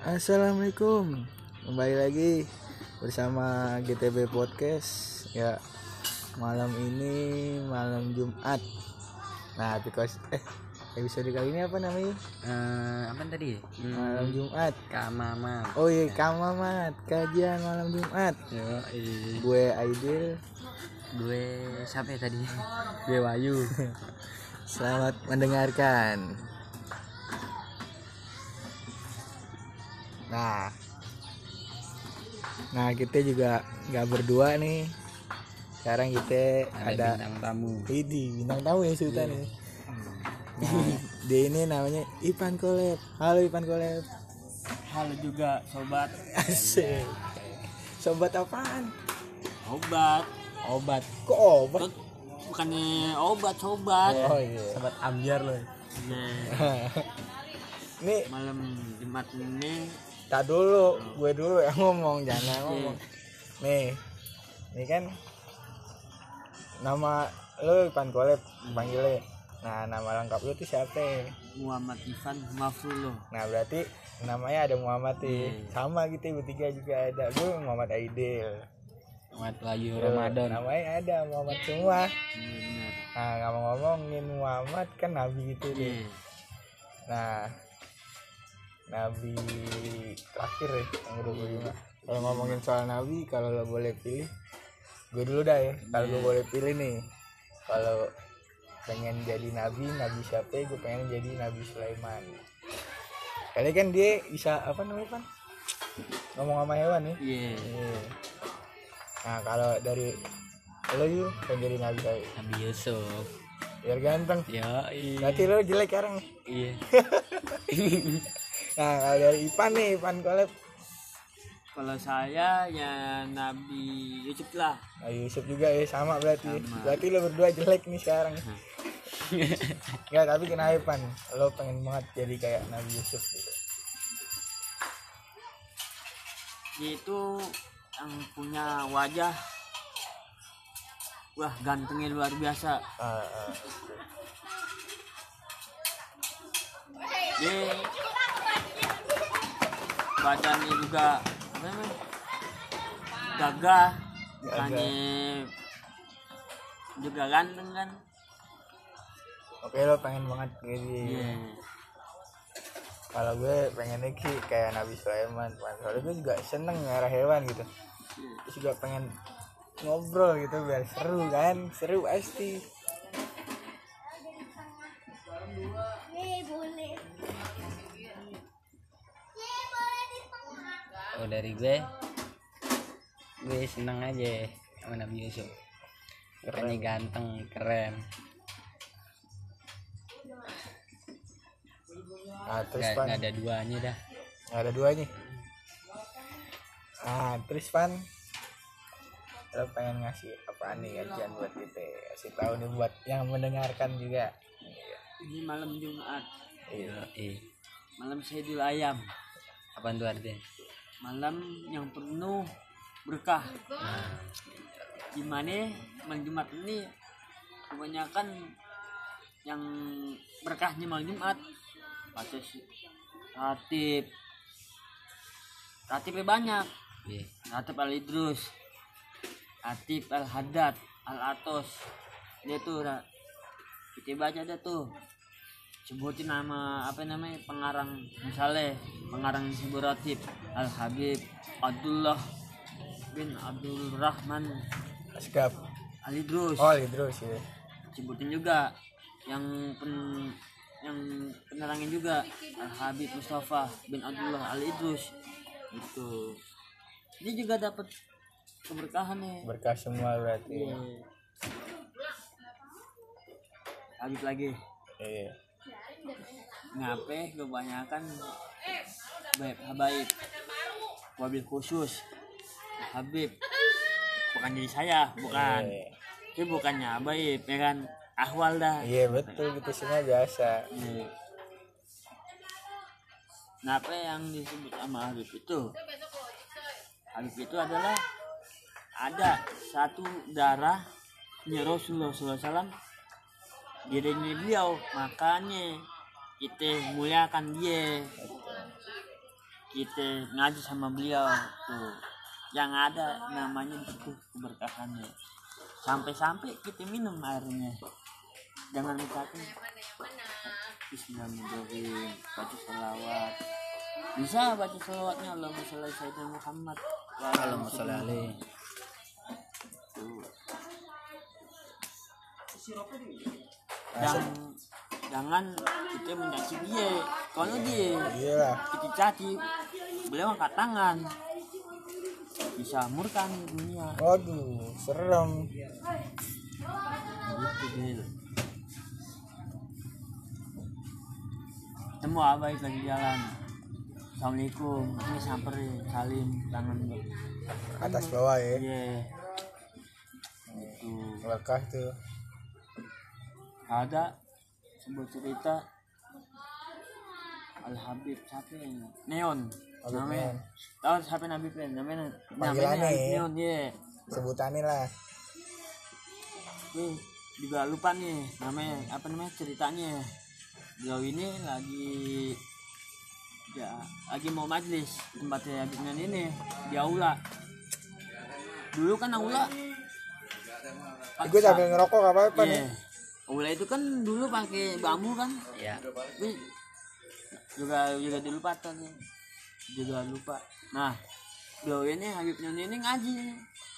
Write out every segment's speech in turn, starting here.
Assalamualaikum. Kembali lagi bersama GTB Podcast. Ya, malam ini malam Jumat. Nah, episode kali ini apa namanya? Apa tadi? Malam Jumat. Kamamat. Oh iya, Kamamat. Kajian malam Jumat. Gue Aidil. Gue siapa ya tadi? Gue Wayu. Selamat mendengarkan. Nah kita juga nggak berdua nih. Sekarang kita ada bintang tamu. Bintang tamu ya Sultan nih. Nah, dia ini namanya Ipan Kolep. Halo Ipan Kolep. Halo juga sobat. Asik. Sobat apaan? Obat. Kok obat? Bukannya obat, sobat. Oh iya. Sobat ambiar loh. Nah, Nih, malam Jumat ini tak dulu, gue dulu yang ngomong, jangan ngomong. Nih kan nama lo Ipan Kolep panggilnya. Nah, nama lengkap lo tuh siapa? Muhammad Ivan Mafrulo. Nah, berarti namanya ada Muhammad nih. Sama gitu bertiga juga ada. Gue Muhammad Aidil. Muhammad Wayu Ramadan. Namanya ada Muhammad semua. Benar. Nah, ngomongin Muhammad kan nabi gitu deh. Nah, nabi terakhir ya yang ke-25. Kalau ngomongin soal nabi, kalau lo boleh pilih, gue dulu dah ya. Kalau gue boleh pilih nih, kalau pengen jadi nabi siapa? Gue pengen jadi Nabi Sulaiman. Kali kan dia bisa apa namanya Pan? Ngomong sama hewan ya. Iya. Nah, kalau dari lo yuk pengen jadi nabi kayak Nabi Yusuf. biar ganteng. Ya, Berarti lo jelek sekarang. iya. Nah, kalau dari Ipan nih, Ipan Kolep. Kalau saya ya Nabi Yusuf lah. Nah, Yusuf juga ya, sama berarti. Sama. Berarti lo berdua jelek nih sekarang. Enggak, tapi kenapa Ipan? Lo pengen banget jadi kayak Nabi Yusuf gitu. Dia itu yang punya wajah, wah gantengnya luar biasa. Dia badannya juga apa namanya, gagah, bukannya juga ganteng kan. Oke, lo pengen banget jadi. Iya. Kalau gue pengennya sih kayak Nabi Sulaiman. Soalnya gue juga seneng ngarah hewan gitu. Terus juga pengen ngobrol gitu biar seru kan. Seru pasti. Oh, dari gue seneng aja sama Nabi Yusuf. Katanya ganteng, keren. Nah, terus Nggak ada duanya dah. Nggak ada duanya. Nah, terus Pan, lo pengen ngasih apaan nih kajian buat kita? Kasih tahu nih buat yang mendengarkan juga. Ini malam Jumat. Iya. Malam Sayyidul Ayam. Apaan tuh artinya? Malam yang penuh berkah. Gimana malam Jumat ini kebanyakan yang berkahnya malam Jumat baca ratibnya banyak. Ratib Al-Idrus, Ratib Al-Haddad, Al-Atos. Dia tuh kita baca ada tuh, sebutin nama apa namanya pengarang, misalnya pengarang sebuah ratib Al-Habib Abdullah bin Abdul Rahman Asgab. Al-Idrus. Oh, Idrus ya. Sebutin juga yang penerangin juga Al-Habib Mustafa bin Abdullah Al-Idrus gitu. Dia juga dapat keberkahan nih. Berkah semua berarti. Iya. Habib lagi. Iya. Ngapain kebanyakan habaib wabil khusus Habib, bukan jadi saya, bukan. Itu bukannya habaib ya kan, ahwal dah. Iya, betul, gitu semua biasa. Nah, apa yang disebut sama Habib itu? Habib itu adalah ada satu darahnya Rasulullah SAW dirinya beliau, makanya kita muliakan dia, kita ngaji sama beliau tuh, yang ada namanya itu keberkahannya. Sampai-sampai kita minum airnya, jangan ngucapin Bismillahirrahmanirrahim, baca sholawat. Bisa baca sholawatnya Allahumma sholli sayyidina Muhammad wa Allahumma sholli alaihi. Jangan kita mencaci dia. Kalau dia kita caci, beliau angkat tangan, bisa murka nih dunia. Waduh, serem. Gitu Bil. Temu abah itu lagi jalan. Assalamualaikum, ini samperin, salim tangan Atas bawah ya. Iya. Itu Lekah tuh. ada sebuah cerita Al Habib siapa yang Neon Habib namanya. Neon. Tahu siapa Habib Neon? Panggilannya Habib ya. Neon ya. Sebutannya lah. Nih juga lupa nih namanya apa namanya ceritanya. Beliau ini lagi mau majlis tempatnya Habib Neon ini di aula. Dulu kan aula Gue sambil ngerokok gak apa-apa nih. Aula itu kan dulu pakai bambu kan? Iya. Juga dilupakan ya. Juga lupa. Nah, beliau ini Habib Neon ini ngaji.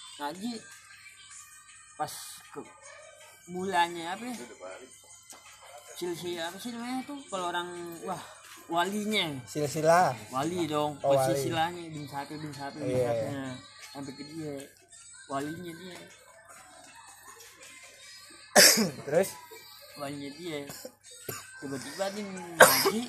Pas mulanya apa ya? Silsilah apa sih namanya tuh? Kalau orang walinya. Silsilah. Wali dong. Oh, wali. Silsilahnya bin Sapir. Iya. Sampai ke dia. Walinya dia. Terus Walinya dia tiba-tiba dia ngaji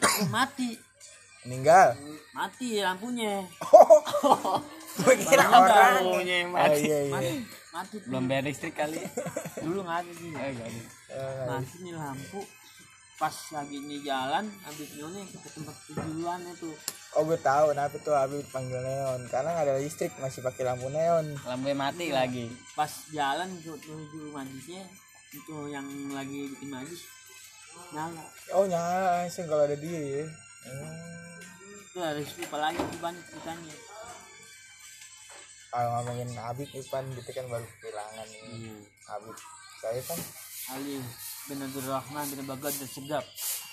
mati lampunya. Gue kira orang. Lampunya yang Oh, iya. mati Belum bayar listrik kali. dulu nggak ada sih mati nih lampu pas lagi nih jalan habis nyonya ke tempat tujuan itu. Oh, gue tahu kenapa tuh Habib panggil neon, karena nggak ada listrik, masih pakai lampu neon. Lampunya mati lagi. Pas jalan tujuh majlisnya itu yang lagi bikin majlis nyala. Oh, nyala sih kalau ada dia ya. Itu harus lupa lagi tuh banyak ceritanya. Kalau ngomongin Habib Ipan gitu kan baru kehilangan nih. Habib saya kan Ali bin Abdurrahman bin Baghdad dan Segap.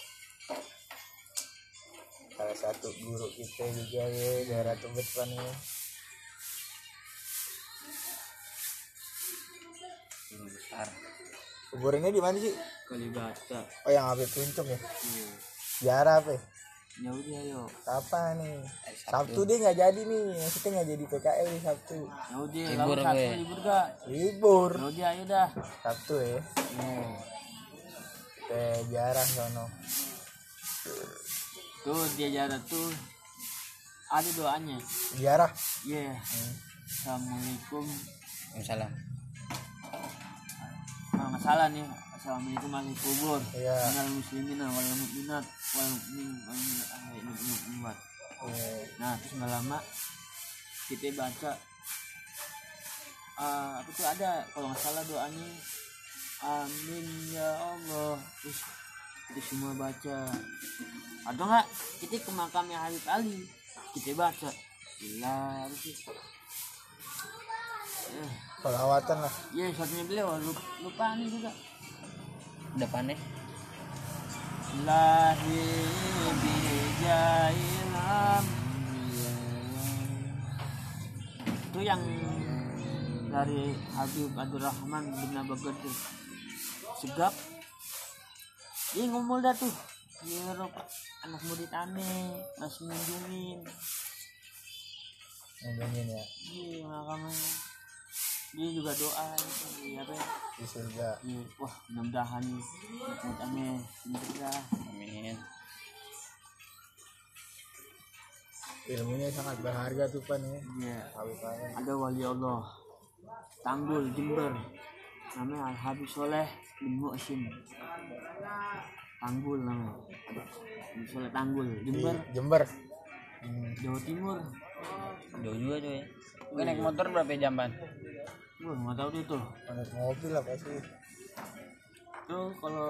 salah satu guru kita juga ya, daerah Tebet kan ya. Ini besar. Kuburannya di mana sih? Kalibata. Oh, yang Habib Tuncung ya. Ziarah apa ya? Ya udah ayo. Kapan nih? Sabtu dia nggak jadi nih, maksudnya nggak jadi PKL di Sabtu. Ya udah Libur Sabtu gue. libur gak? Libur. Ya udah ayo dah. Sabtu ya. Ke ziarah sono. Tuh dia jarak tuh ada doanya. Ziarah. Iya. Assalamualaikum. Waalaikumsalam. Nggak salah nih. Assalamualaikum ahli kubur. Iya. Minal muslimin wal mukminat wal mu'minat. Nah, terus nggak lama kita baca apa tuh ada kalau nggak salah doanya amin ya Allah. Terus kita semua baca. Atau nggak kita ke makamnya Habib Ali kita baca gila sih. Pelawatan lah. Iya, satunya beliau lupa nih juga. Depannya Lahi bijailam. Itu yang dari Habib Abdurrahman bin Baghdad Segap. Dia ngomong dah tuh nyuruh anak murid aneh masih ngunjungin Ya. iya makamnya. Dia juga doa itu apa ya? Di surga. Iya, wah mudah-mudahan nih aneh indah. amin. Ilmunya sangat berharga tuh Pan ya. Iya. Habib Pan. Ada wali Allah Tanggul Jember namanya Al Habib Soleh bin Mu'sim. Tanggul namanya. Habib Soleh Tanggul Jember, Jember. Jawa Timur. Jauh juga tuh ya. Gue naik motor berapa jam, Ban? Wah, nggak tahu deh tuh. Naik mobil lah pasti. Tuh kalau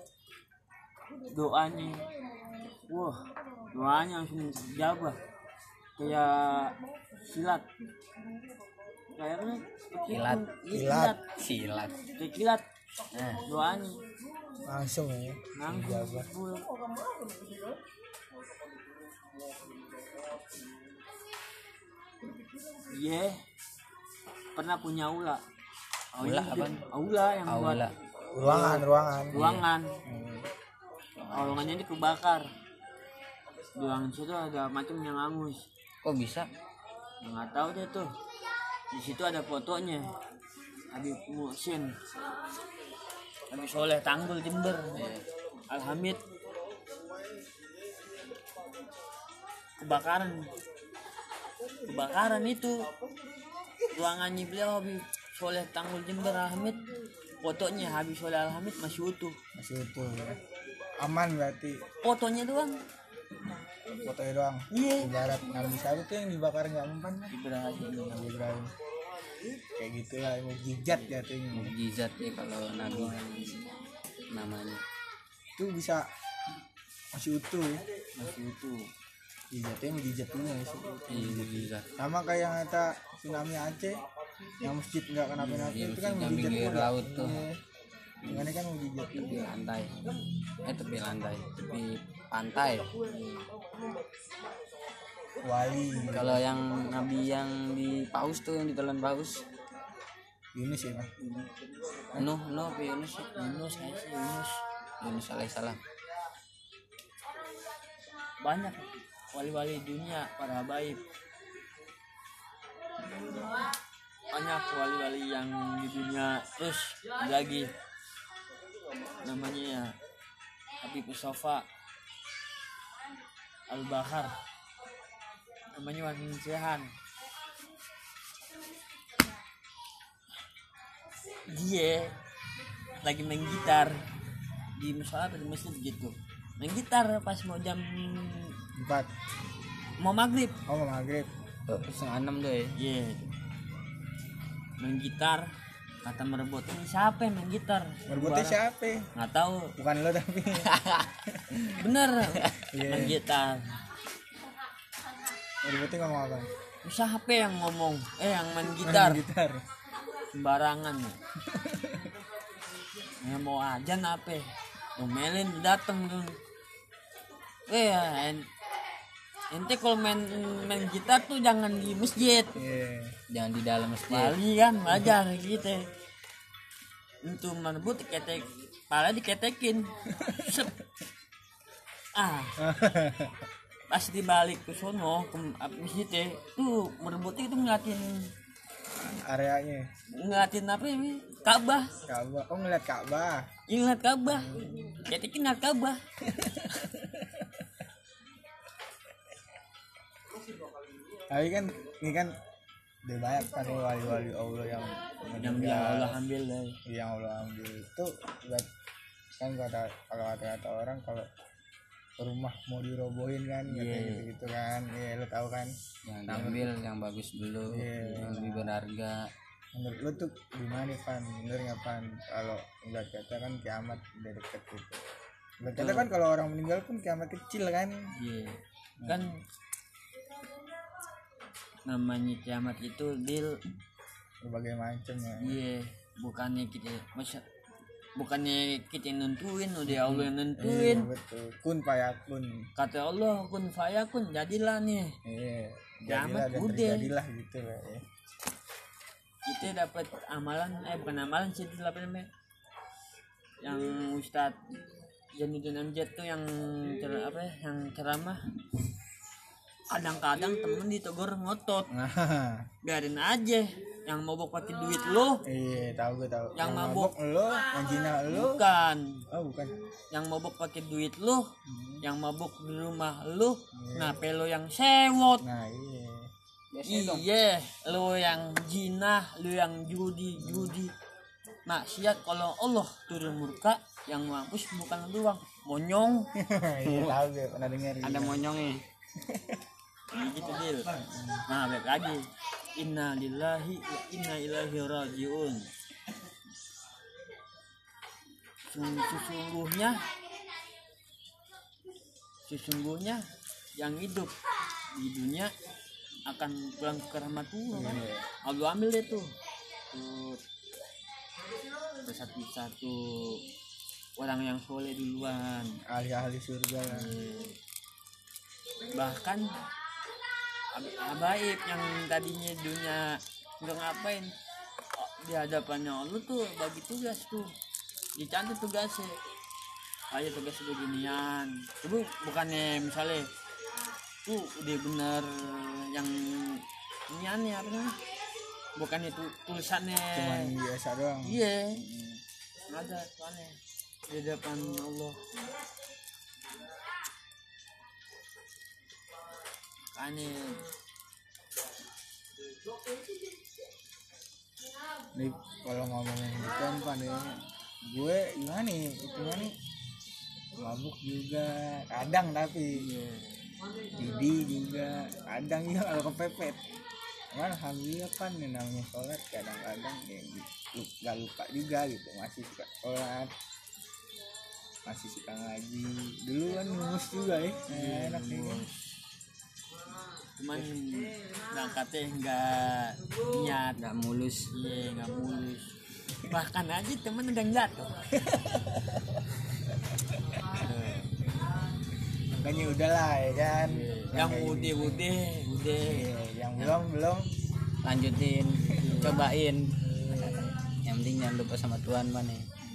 doanya, wah doanya langsung jawab. kayak silat kayaknya Kilat. kilat Silat. kayak kilat Nah, doanya langsung ya nanggung Ijabah. iya pernah punya aula Aula apaan? aula yang buat aula. ruangan ruangannya ini kebakar di ruangan situ ada macam yang hangus Kok bisa? nggak tahu deh tuh di situ ada fotonya Habib Muhsin Habib Soleh Tanggul Jember Alhamid kebakaran itu ruangannya beliau Habib Soleh Tanggul Jember Alhamid fotonya Habib Soleh Alhamid masih utuh masih utuh ya. Aman berarti fotonya doang fotonya doang iya ibarat Nabi siapa tuh yang dibakar nggak mempan kan Ibrahim Nabi Ibrahim kayak gitulah mukjizat jatuhnya Mukjizat ya kalau nabi namanya. itu bisa masih utuh ya. masih utuh Jatuhnya mukjizat punya sih Iya, mukjizat. sama kayak yang kata tsunami Aceh yang masjid nggak kenapa-napa Iya, itu kan masjidnya mukjizat pinggir juga. laut tuh. Iya. Ini kan mukjizat Tepi lantai. Tepi lantai. Tepi pantai. wali Kalau yang nabi yang di Paus tuh yang ditelan Paus. Yunus ya Mas? Nuh apa Yunus ya? Yunus kayak sih Yunus Alaihissalam. banyak wali-wali dunia para habaib banyak wali-wali yang di dunia terus lagi namanya ya Habib Mustafa Al-Bahar namanya Wan Sehan dia lagi main gitar di musola atau di masjid gitu main gitar pas mau jam 4 mau maghrib mau maghrib Tuh, 5:30 tuh ya. iya main gitar kata merebut ini siapa yang main gitar merebutnya siapa nggak tahu bukan lo tapi bener Iya. main gitar merebutnya ngomong apa siapa yang ngomong yang main gitar gitar sembarangan ya mau ajan apa ngomelin dateng tuh ente kalau main gitar tuh jangan di masjid iya Jangan di dalam masjid. Bali kan wajar gitu itu merebut ketek pala diketekin Sep. Pas dibalik ke sono ke masjid tuh merebutnya itu areanya ngeliatin apa ini Ka'bah Ka'bah ngeliat Ka'bah ingat Ka'bah ketekin ngeliat Ka'bah tapi kan ini kan udah banyak kan nih wali-wali Allah yang dia Allah ambil deh yang Allah ambil itu buat kan kalau kata orang kalau rumah mau dirobohin kan Iya. gitu kan ya lo tahu kan Yang diambil yang bagus dulu, Iya. yang lebih berharga. menurut lo tuh gimana Pan bener nggak Pan kalau nggak kata kan kiamat udah deket gitu nggak kata kan kalau orang meninggal pun kiamat kecil kan iya kan namanya kiamat itu deal berbagai macam ya iya bukannya kita yang nentuin udah Allah yang nentuin iya, betul kun payakun kata Allah kun fayakun jadilah nih iya Kiamat jadilah dan udah. terjadilah gitu lah ya kita dapat amalan bukan amalan sih itu apa namanya yang Ustadz Zainuddin Amjad tuh yang yang ceramah kadang-kadang temen ditegur ngotot nah biarin aja yang mabok pakai duit lo iya tahu gue tahu Yang mabuk lo yang zina lo bukan oh bukan yang mabok pakai duit lo yang mabok di rumah lo kenapa lo yang sewot nah iya iya lo yang zina lo yang judi maksiat kalau Allah turun murka yang mampus bukan doang monyong iya tahu gue pernah dengar Ada monyongnya. gitu deal nah balik lagi inna lillahi wa inna ilaihi rajiun sesungguhnya yang hidup di dunia akan pulang ke rahmatullah kan. Allah ambil deh tuh satu orang yang soleh duluan, ahli-ahli surga lah. Bahkan Abaib yang tadinya dunia nggak ngapain, di hadapannya Allah tuh bagi tugas tuh, dicantum tugasnya. Ayo tugas beginian, itu bukannya misalnya tuh udah bener yang ini aneh apa namanya, bukan itu tulisannya Cuman biasa doang. iya ada soalnya di depan Allah aneh. Nih kalau ngomongin gitu kan ya, gue gimana nih, itu nih mabuk juga kadang, tapi judi juga kadang ya kalau kepepet. Cuman alhamdulillah kan yang namanya sholat kadang-kadang ya gak lupa juga gitu, masih suka sholat, masih suka ngaji. Dulu kan ngumus juga ya, enak nih kan. Cuman berangkatnya nggak niat, nggak mulus. iya nggak mulus, bahkan aja temen udah jatuh. Makanya udahlah ya kan. Yang kayak udah Iya, yang belum Lanjutin, cobain. Yang penting jangan lupa sama Tuhan mana.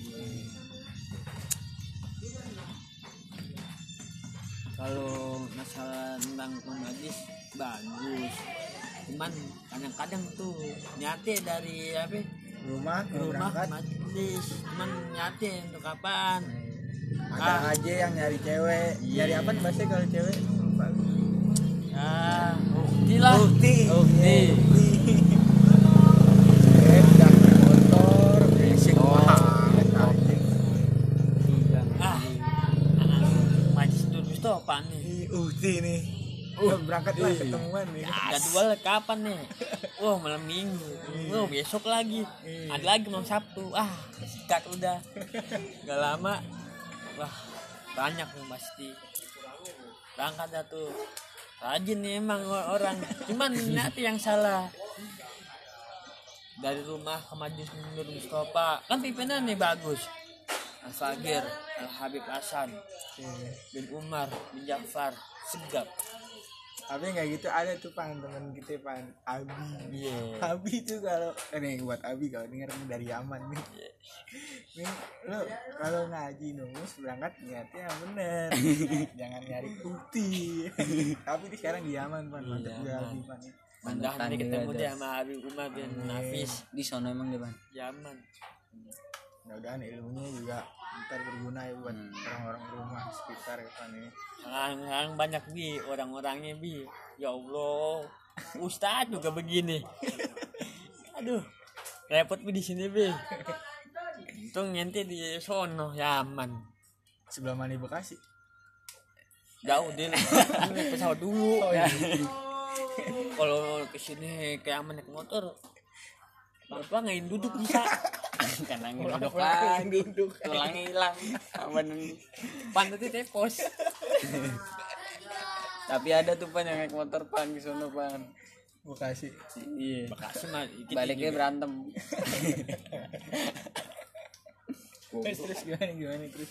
kalau masalah tentang majlis bagus, cuman kadang-kadang tuh nyate dari apa rumah rumah berangkat. majlis, cuman nyate untuk kapan. Ada aja yang nyari cewek. Nyari apa nih bahasa kalau cewek? Lupa. Ya bukti lah, Bukti. bukti. Udah motor, berisik banget anjing. Ah, majlis itu apaan nih? Bukti nih. Berangkat lah ketemuan nih. Jadwal kapan nih? Wah malam minggu. Wah besok lagi. Ada lagi malam Sabtu. Ah sikat udah. Gak lama. Wah banyak nih pasti. Berangkat dah tuh. Rajin nih emang orang. Cuman nanti yang salah. Dari rumah ke Majlis Nur Mustafa. Kan pimpinan nih bagus. Al-Fagir, Al-Habib Hasan, bin Umar, bin Ja'far, Segap. Tapi nggak gitu, ada tuh pan temen kita pan Abi. Iya. Abi tuh kalau nih buat Abi kalau denger nih dari Yaman nih. Nih lo kalau ngaji numus berangkat niatnya yang bener. Jangan nyari bukti. Tapi di sekarang di Yaman pan, mantep juga Abi pan. Mandah Mantan nih ketemu juga deh ada. sama Habib Umar bin Nafis. Di sono emang dia, Bang. Yaman. Mudah-mudahan ilmunya juga ntar berguna ya buat orang-orang rumah sekitar ya pan ya. Sekarang banyak bi orang-orangnya bi. Ya Allah, Ustadz juga begini. Aduh, repot bi di sini bi. Untung nyenti di sono Yaman. Sebelah mana Bekasi? Jauh deh, naik pesawat dulu. Oh iya. Kalau kesini kayak aman naik motor, bapak ngain duduk bisa. Karena duduk Pulang-pulang lagi. duduk. Tulang hilang. Aman. Pantatnya tepos. Tapi ada tuh pan yang naik motor pan di sono pan. Bekasi. Iya. Bekasi mah dikit Baliknya juga. berantem. Terus gimana terus?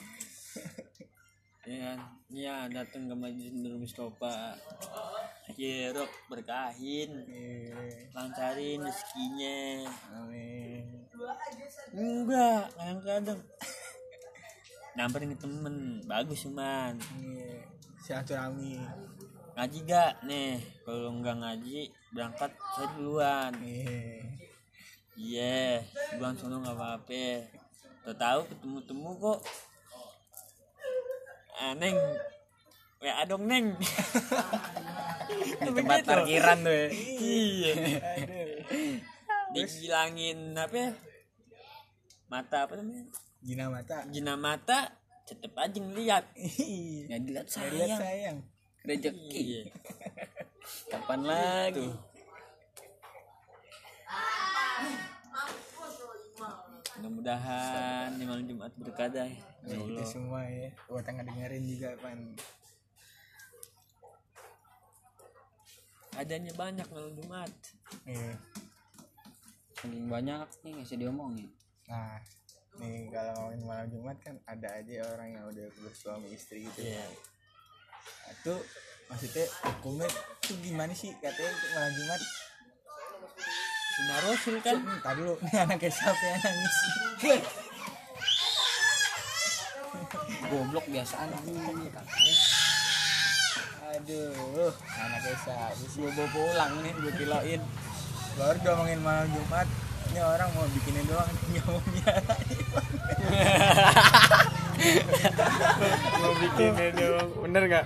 Ya datang ke Majlis Nur Mustafa. Kirok berkahin, lancarin rezekinya. Amin. Enggak, kadang-kadang nyamperin ke temen, bagus cuman. Iya. Silaturahmi. Ngaji gak nih? Kalau enggak ngaji berangkat saya duluan. Iya, duluan sono nggak apa-apa. Tahu ketemu kok. Neng, WA dong Neng. Di tempat parkiran tuh ya. Iya. Dibilangin apa ya? Mata apa namanya? Jina mata tetep aja ngeliat. Nggak dilihat Lihat sayang. sayang. Rezeki. Iya. Kapan lagi? Mudah-mudahan di malam Jumat berkah ya. Ya, kita semua ya. Buat yang dengerin juga pan. adanya banyak malam Jumat. Iya. Saking banyak nih nggak usah diomongin. Nah nih kalau ngomongin malam Jumat kan ada aja orang yang udah bersuami istri gitu. Iya. Nah, itu maksudnya hukumnya tuh gimana sih katanya untuk malam Jumat? Sunnah Rasul kan. Ntar dulu, ini anaknya siapa yang nangis? Goblok biasaan nih. Aduh, anaknya siapa sih? Gue bawa pulang nih, gue kiloin. Baru ngomongin malam Jumat, ini orang mau bikinin doang nyamuknya. Mau bikinin doang, bener nggak?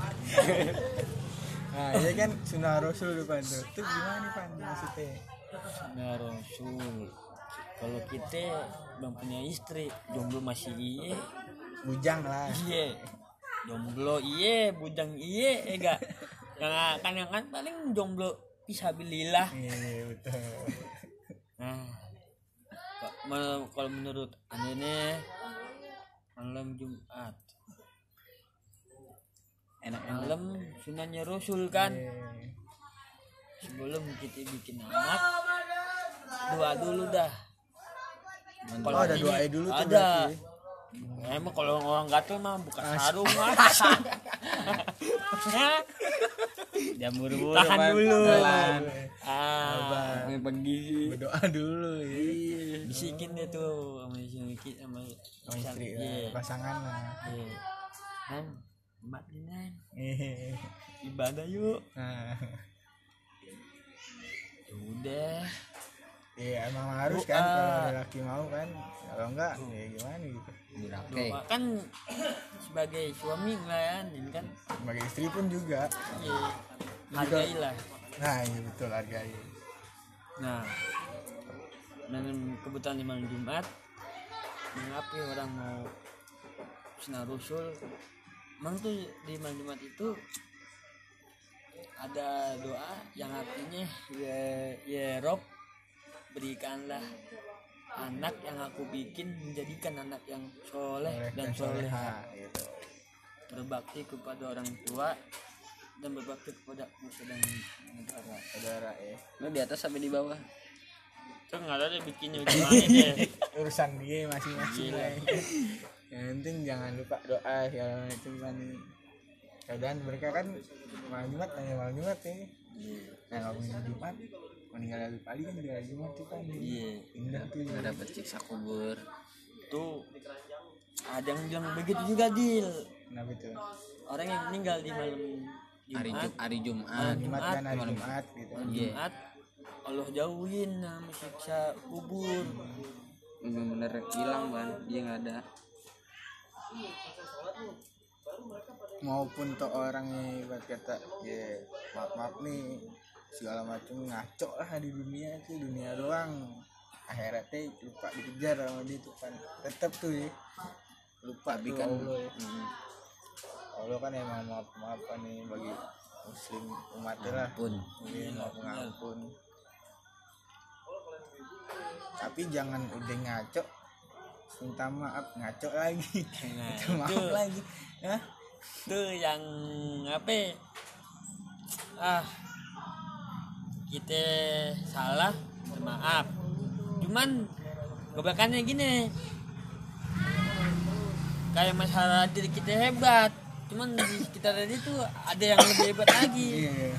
Nah, ini kan sunnah Rasul depan tuh. Itu gimana Pan maksudnya? Sunnah Rasul. Kalau kita belum punya istri, jomblo masih iye. Bujang lah. Iye. Jomblo iye, bujang iye, enggak. Yang kan paling jomblo fisabilillah. Iya betul. Nah, kalau menurut aneh malam Jumat, Enak malam sunahnya Rasul kan. Iya. Sebelum kita bikin anak, doa dulu dah. Oh, ada ini doa dulu tuh ada. berarti. Emang kalau orang gatel mah buka sarung mah. Jam buru-buru Tahan Pan. dulu. Jalan. Pagi. Berdoa dulu ya. Iya, bisikin deh tuh sama Istri iya. pasangan lah. Iya. Kan, Mat Nan, Iya. ibadah yuk. Nah, Ya udah. iya emang harus kan Doa. kalau ada laki mau kan. Kalau enggak ya gimana gitu. Dirake. Doa kan sebagai suami ngelayan ini kan. Sebagai istri pun juga. Iya. Hargailah. Nah, iya betul hargai. Nah, dan kebetulan di malam Jumat, mengapa orang mau sunnah Rasul? Emang tuh di malam Jumat itu ada doa yang artinya ya Rob, berikanlah anak yang aku bikin menjadikan anak yang soleh dan soleha, gitu. berbakti kepada orang tua dan berbakti kepada musuh dan negara. Saudara ya. Lu di atas sampai di bawah. Itu nggak ada deh bikinnya gimana deh. Urusan dia masing-masing Gila. lah. Yang penting jangan lupa doa segala macam kan. Keadaan mereka kan malam Jumat hanya malam Jumat ya. Nah ngomongin Jumat, meninggal Habib Ali kan juga Jumat tuh kan. Iya. Indah tuh. Nggak dapet siksa kubur. Tuh ada yang bilang begitu juga Dil. Kenapa itu? Orang yang meninggal di malam Jumat, Hari Jumat. Malam Jumat kan hari malam Jumat gitu. malam Iya. Jumat Allah jauhin sama siksa kubur. Bener-bener hilang Ban, dia nggak ada. Maupun tuh orangnya buat kata ya maaf nih segala macam ngaco lah di dunia itu, dunia doang, akhiratnya lupa dikejar sama dia tuh kan, tetap tuh ya lupa Tapi tuh kan Allah ya. Allah kan emang maaf nih bagi muslim umatnya lah, pun iya maaf pengampun. Tapi jangan udah ngaco minta maaf ngaco lagi, Nah, minta maaf itu. lagi. Hah? Tuh yang apa? Kita salah, maaf. Cuman kebanyakannya gini. Kayak masalah diri kita hebat, cuman di sekitar tadi tuh ada yang lebih hebat lagi. Iya.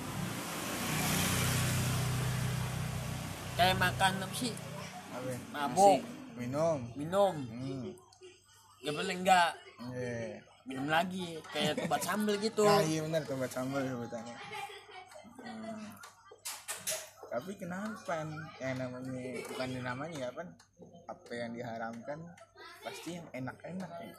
Kayak makan apa sih? Apa? Mabuk, Minum. minum. Ya boleh enggak Iya. minum lagi, kayak obat sambal gitu. Nah, iya benar tobat sambal sebutannya. Tapi kenapa yang namanya bukan namanya ya kan apa yang diharamkan pasti yang enak-enak ya.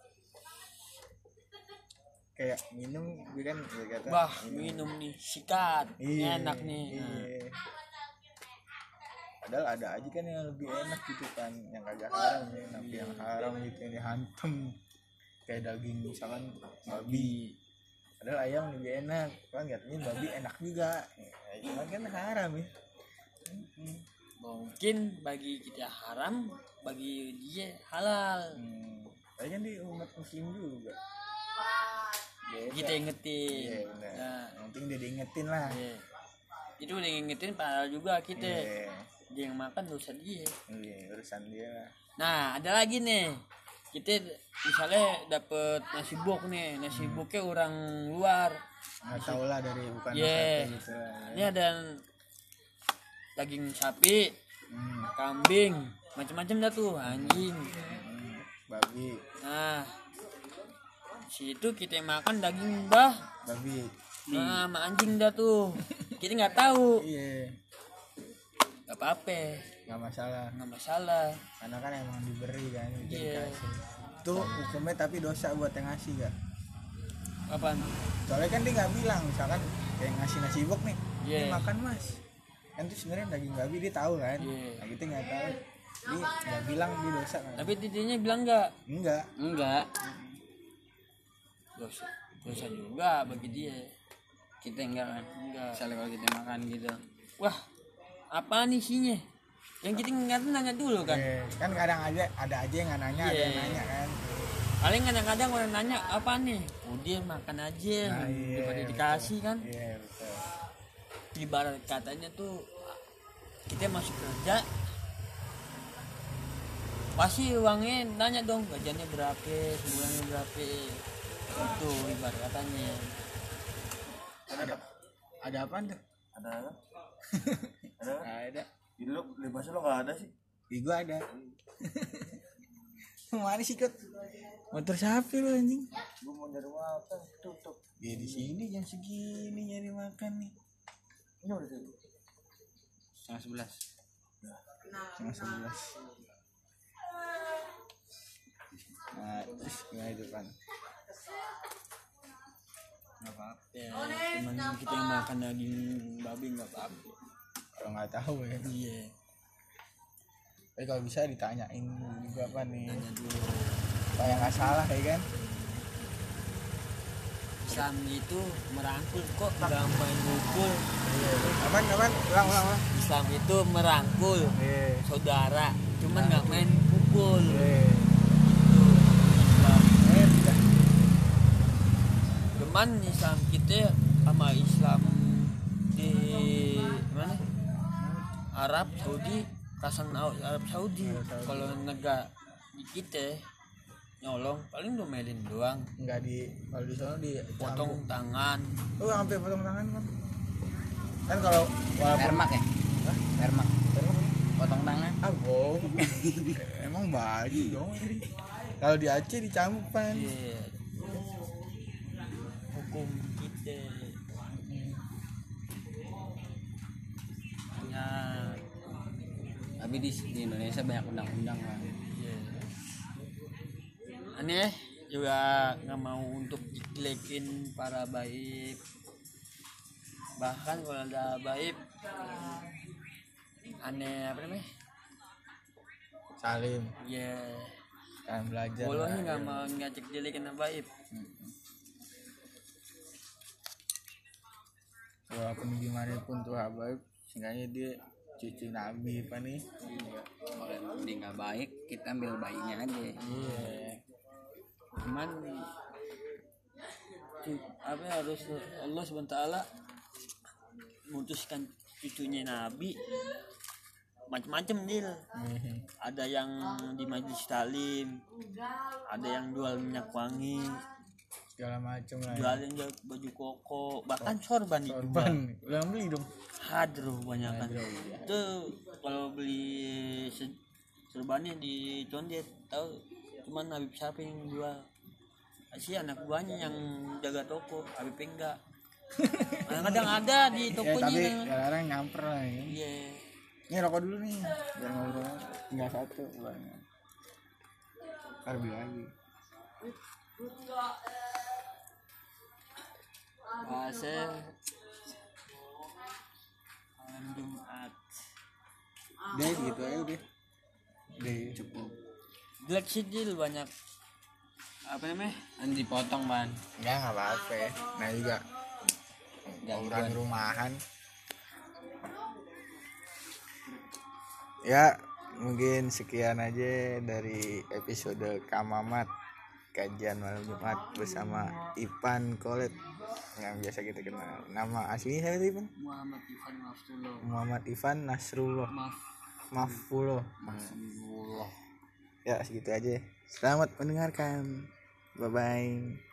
Kayak minum dia kan ya kata Wah, minum nih sikat, iya, enak nih. iya. Padahal ada aja kan yang lebih enak gitu kan, yang kagak haram ya, tapi yang haram gitu yang dihantem kayak daging misalkan babi. Padahal ayam lebih enak, kan katanya babi enak juga. Ya, cuman kan haram ya. Mungkin bagi kita haram, bagi dia halal. Tapi kan di umat muslim juga. Beda. kita ingetin. Iya benar. Nah, Yang penting dia diingetin lah. iya. Itu udah ngingetin padahal juga kita. Iya. Dia yang makan dosa dia. Iya, urusan dia lah. Nah, ada lagi nih. Kita misalnya dapet nasi bok nih, nasi boknya orang luar. Nggak tahu lah dari bukan Iya. gitu lah. Ini ada daging sapi, Hmm, kambing, macam-macam dah tuh, anjing. babi, Nah, situ kita makan daging bah, babi. nah, sama anjing dah tuh. Kita nggak tahu, Iya, nggak apa-apa, nggak masalah. nggak masalah. Karena kan emang diberi kan, itu Iya. dikasih. Itu hukumnya tapi dosa buat yang ngasih gak? Apaan? Soalnya kan dia nggak bilang, misalkan kayak ngasih nasi bok nih, Iya. "Ini makan mas." Kan itu sebenarnya daging babi dia tahu kan? Iya. Nah kita nggak tahu. Dia nggak bilang dia dosa kan? Tapi titiknya bilang nggak, Enggak. enggak. Dosa, dosa juga bagi dia. Kita enggak kan. Enggak. Misalnya kalau kita makan gitu. Wah, apa nih isinya? Yang kita nggak nanya dulu kan. Iya. Kan kadang aja ada aja yang nggak nanya, ada yang Iya. nanya kan. Paling kadang-kadang orang nanya apa nih, udah makan aja Nah, iya, daripada betul. dikasih kan. Iya betul. Ibarat katanya tuh kita masuk kerja pasti uangnya nanya dong gajiannya berapa, sebulannya berapa, itu ibarat katanya. Ada apa tuh? Ada apa? Ada apa? Ada. Di lu libas lo nggak ada sih. Di gua ada. Mana sih Kot? Motor siapa lu anjing? Gue mau nyari makan tutup. Ya di sini jam segini nyari makan nih. Ini udah sih. 11:30. Setengah 11. Nah, terus gimana itu kan? Nggak apa-apa, cuman kita yang makan daging babi nggak apa-apa. Kalau nggak tahu ya. Iya, Tapi kalau bisa ditanyain juga apa nih? tanya dulu. Supaya nggak salah ya kan? Islam itu merangkul kok, nggak main mukul. Aman? Ulang. Islam itu merangkul Iya. saudara, cuman nggak main pukul. Iya. Islam. Udah. Cuman Islam kita sama Islam di mana? Arab Saudi, kasan Arab Saudi. Kalau negara di kita nyolong paling domelin doang, Nggak di kalau di sana di potong tangan. Oh, sampai potong tangan kan? Kan kalau walaupun Permak ya? Permak. Potong tangan. ah bohong. Emang baju dong. Kalau di Aceh dicambuk pan. Iya. Hukum kita hanya Tapi di Indonesia banyak undang-undang kan. iya. Aneh juga nggak mau untuk jelekin para baik, bahkan kalau ada baik aneh apa namanya Salim ya kan belajar. bolehnya nggak mau ngajak jelekin baik. Walaupun gimana pun tuh Habaib, seenggaknya dia cucu Nabi apa nih? Kalau dia nggak baik, kita ambil baiknya aja. Iya. Cuman apa ya, harus Allah SWT memutuskan cucunya Nabi macam-macam deal. Ada yang di majlis talim, ada yang jual minyak wangi, Segala macam lah. jual yang jual baju koko, bahkan sorban dijual. Sorban, udah beli dong. Hadroh banyak kan. Itu kalau beli sorbannya di Condet tahu cuman Habib siapa yang jual. Sih anak buahnya yang jaga toko, Habib enggak. Kadang-kadang ada di Ya, tokonya. tapi kan. kadang-kadang nyamper lah ya. Iya. Ini rokok dulu nih, biar ngobrol. Tinggal satu, banyak. Ntar beli lagi. Bahasa malam Jumat. Deh gitu aja udah. Deh cukup. Black Sidil banyak apa namanya? Kan dipotong ban. Ya nggak apa-apa ya. Nah juga orang rumahan. Ya mungkin sekian aja dari episode Kamamat. kajian malam Jumat bersama Ipan Kolet yang biasa kita kenal. Nama aslinya siapa sih, Ipan? Muhammad Ivan Nasrullah Mafullah. Ya segitu aja. Selamat mendengarkan. Bye bye.